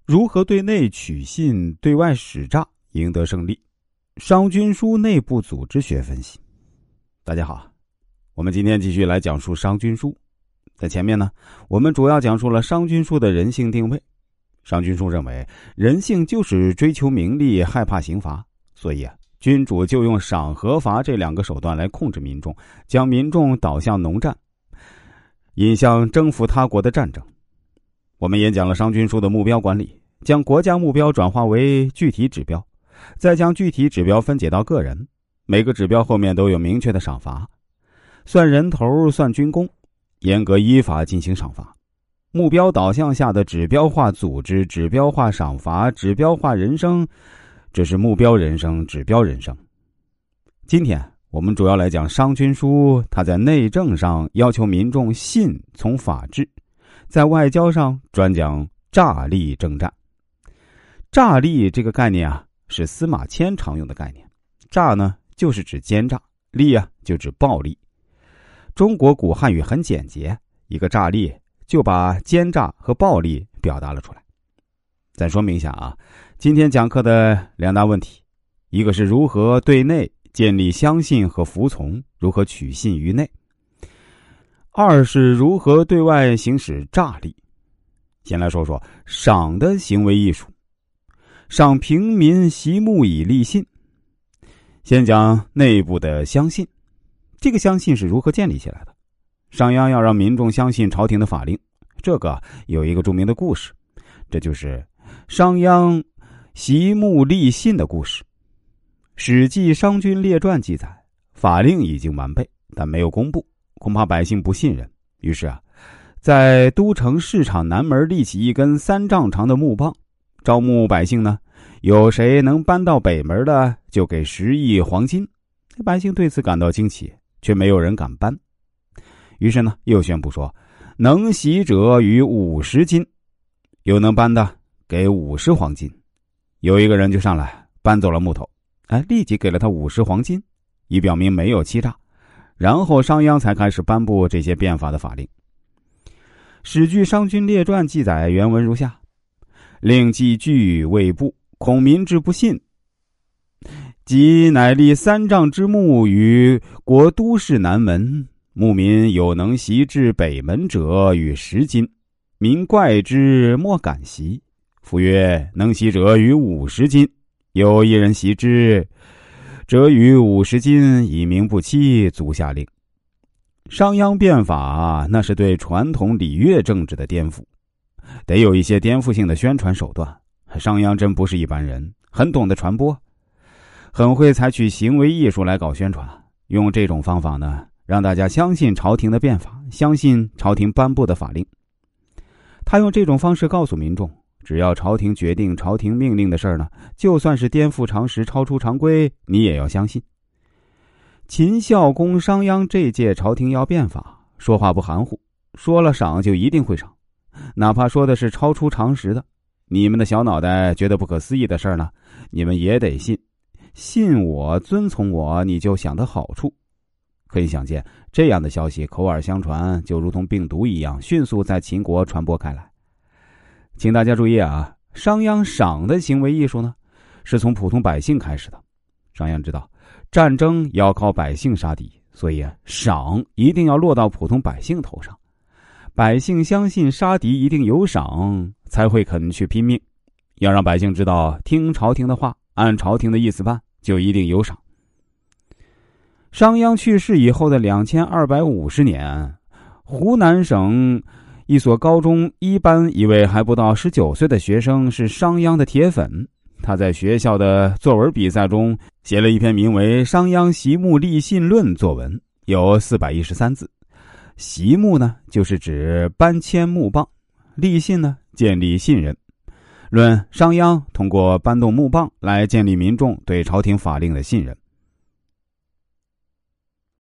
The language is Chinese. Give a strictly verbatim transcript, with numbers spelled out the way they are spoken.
如何对内取信，对外使诈，赢得胜利？商君书内部组织学分析。大家好，我们今天继续来讲述商君书。在前面呢，我们主要讲述了商君书的人性定位。商君书认为，人性就是追求名利，害怕刑罚，所以啊，君主就用赏和罚这两个手段来控制民众，将民众导向农战，引向征服他国的战争。我们也讲了商君书的目标管理，将国家目标转化为具体指标，再将具体指标分解到个人，每个指标后面都有明确的赏罚，算人头，算军功，严格依法进行赏罚。目标导向下的指标化组织、指标化赏罚、指标化人生，这是目标人生、指标人生。今天我们主要来讲商君书，它在内政上要求民众信从法治，在外交上专讲诈吏征战。诈吏这个概念啊，是司马迁常用的概念。诈呢，就是指奸诈；吏啊，就指暴力。中国古汉语很简洁，一个诈吏就把奸诈和暴力表达了出来。再说明一下啊，今天讲课的两大问题，一个是如何对内建立相信和服从，如何取信于内；二是如何对外行使诈吏。先来说说赏的行为艺术。赏平民习牧以立信。先讲内部的相信，这个相信是如何建立起来的？商鞅要让民众相信朝廷的法令，这个有一个著名的故事，这就是商鞅习牧立信的故事。史记《商君列传》记载，法令已经完备，但没有公布，恐怕百姓不信任。于是啊，在都城市场南门立起一根三丈长的木棒，招募百姓呢，有谁能搬到北门的，就给十亿黄金。百姓对此感到惊奇，却没有人敢搬。于是呢，又宣布说，能袭者与五十金，有能搬的给五十黄金。有一个人就上来搬走了木头，哎，立即给了他五十黄金，以表明没有欺诈。然后商鞅才开始颁布这些变法的法令。史据《商君列传》记载原文如下：令既据未布，恐民之不信，即乃立三丈之木于国都市南门，牧民有能袭至北门者与十金，民怪之，莫敢袭。夫曰：能袭者与五十金，有一人袭之，则与五十金，以名不欺，足下令。商鞅变法，那是对传统礼乐政治的颠覆，得有一些颠覆性的宣传手段。商鞅真不是一般人，很懂得传播，很会采取行为艺术来搞宣传。用这种方法呢，让大家相信朝廷的变法，相信朝廷颁布的法令。他用这种方式告诉民众，只要朝廷决定、朝廷命令的事儿呢，就算是颠覆常识、超出常规，你也要相信。秦孝公商鞅这届朝廷要变法，说话不含糊，说了赏就一定会赏，哪怕说的是超出常识的，你们的小脑袋觉得不可思议的事儿呢，你们也得信。信我，遵从我，你就想得好处。可以想见，这样的消息口耳相传，就如同病毒一样，迅速在秦国传播开来。请大家注意啊，商鞅赏的行为艺术呢，是从普通百姓开始的。商鞅知道战争要靠百姓杀敌，所以啊，赏一定要落到普通百姓头上。百姓相信杀敌一定有赏，才会肯去拼命。要让百姓知道，听朝廷的话，按朝廷的意思办，就一定有赏。商鞅去世以后的两千二百五十年，湖南省一所高中一班一位还不到十九岁的学生是商鞅的铁粉。他在学校的作文比赛中写了一篇名为《商鞅习牧立信论》作文，有四百一十三字。习牧呢，就是指搬迁木棒；立信呢，建立信任。论商鞅通过搬动木棒来建立民众对朝廷法令的信任。